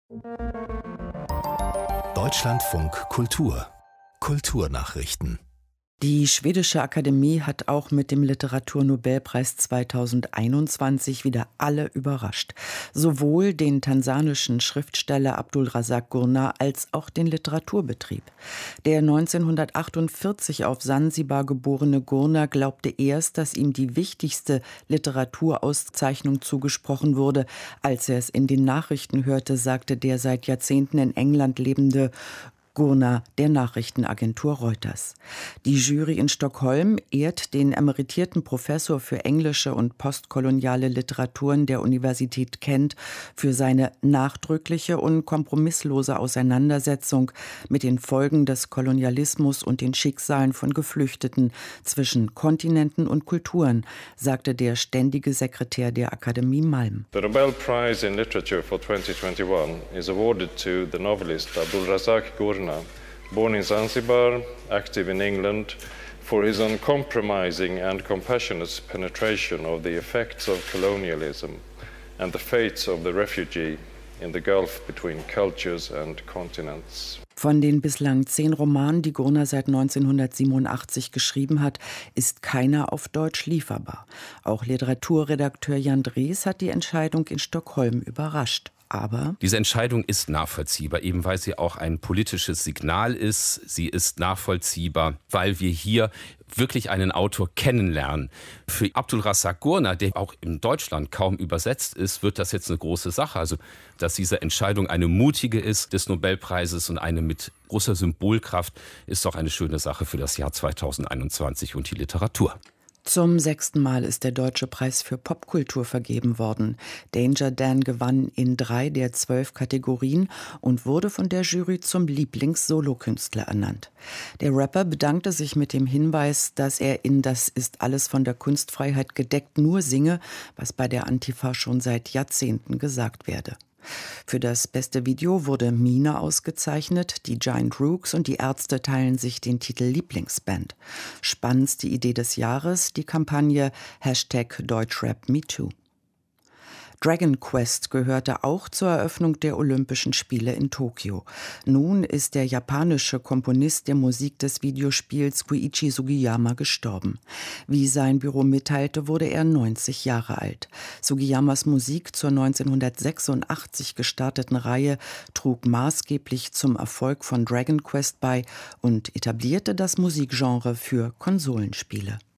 Deutschlandfunk Kultur Kulturnachrichten. Die Schwedische Akademie hat auch mit dem Literaturnobelpreis 2021 wieder alle überrascht. Sowohl den tansanischen Schriftsteller Abdul Razak Gurnah als auch den Literaturbetrieb. Der 1948 auf Sansibar geborene Gurnah glaubte erst, dass ihm die wichtigste Literaturauszeichnung zugesprochen wurde. Als er es in den Nachrichten hörte, sagte der seit Jahrzehnten in England lebende Gurnah der Nachrichtenagentur Reuters. Die Jury in Stockholm ehrt den emeritierten Professor für englische und postkoloniale Literaturen der Universität Kent für seine nachdrückliche und kompromisslose Auseinandersetzung mit den Folgen des Kolonialismus und den Schicksalen von Geflüchteten zwischen Kontinenten und Kulturen, sagte der ständige Sekretär der Akademie Malm. The Nobel Prize in Literature for 2021 is awarded to the novelist Abdul Razak Gurnah, born in Zanzibar, active in England, for his uncompromising and compassionate penetration of the effects of colonialism and the fates of the refugee in the gulf between cultures and continents. Von den bislang 10 Romanen, die Gurnah seit 1987 geschrieben hat, ist keiner auf Deutsch lieferbar. Auch Literaturredakteur Jan Drees hat die Entscheidung in Stockholm überrascht. Aber diese Entscheidung ist nachvollziehbar, eben weil sie auch ein politisches Signal ist. Sie ist nachvollziehbar, weil wir hier wirklich einen Autor kennenlernen. Für Abdul Razak Gurnah, der auch in Deutschland kaum übersetzt ist, wird das jetzt eine große Sache. Also, dass diese Entscheidung eine mutige ist des Nobelpreises und eine mit großer Symbolkraft, ist doch eine schöne Sache für das Jahr 2021 und die Literatur. Zum 6. Mal ist der Deutsche Preis für Popkultur vergeben worden. Danger Dan gewann in 3 der 12 Kategorien und wurde von der Jury zum Lieblings-Solokünstler ernannt. Der Rapper bedankte sich mit dem Hinweis, dass er in Das ist alles von der Kunstfreiheit gedeckt nur singe, was bei der Antifa schon seit Jahrzehnten gesagt werde. Für das beste Video wurde Mine ausgezeichnet. Die Giant Rooks und die Ärzte teilen sich den Titel Lieblingsband. Spannendste Idee des Jahres, die Kampagne #DeutschrapMeToo. Dragon Quest gehörte auch zur Eröffnung der Olympischen Spiele in Tokio. Nun ist der japanische Komponist der Musik des Videospiels Koichi Sugiyama gestorben. Wie sein Büro mitteilte, wurde er 90 Jahre alt. Sugiyamas Musik zur 1986 gestarteten Reihe trug maßgeblich zum Erfolg von Dragon Quest bei und etablierte das Musikgenre für Konsolenspiele.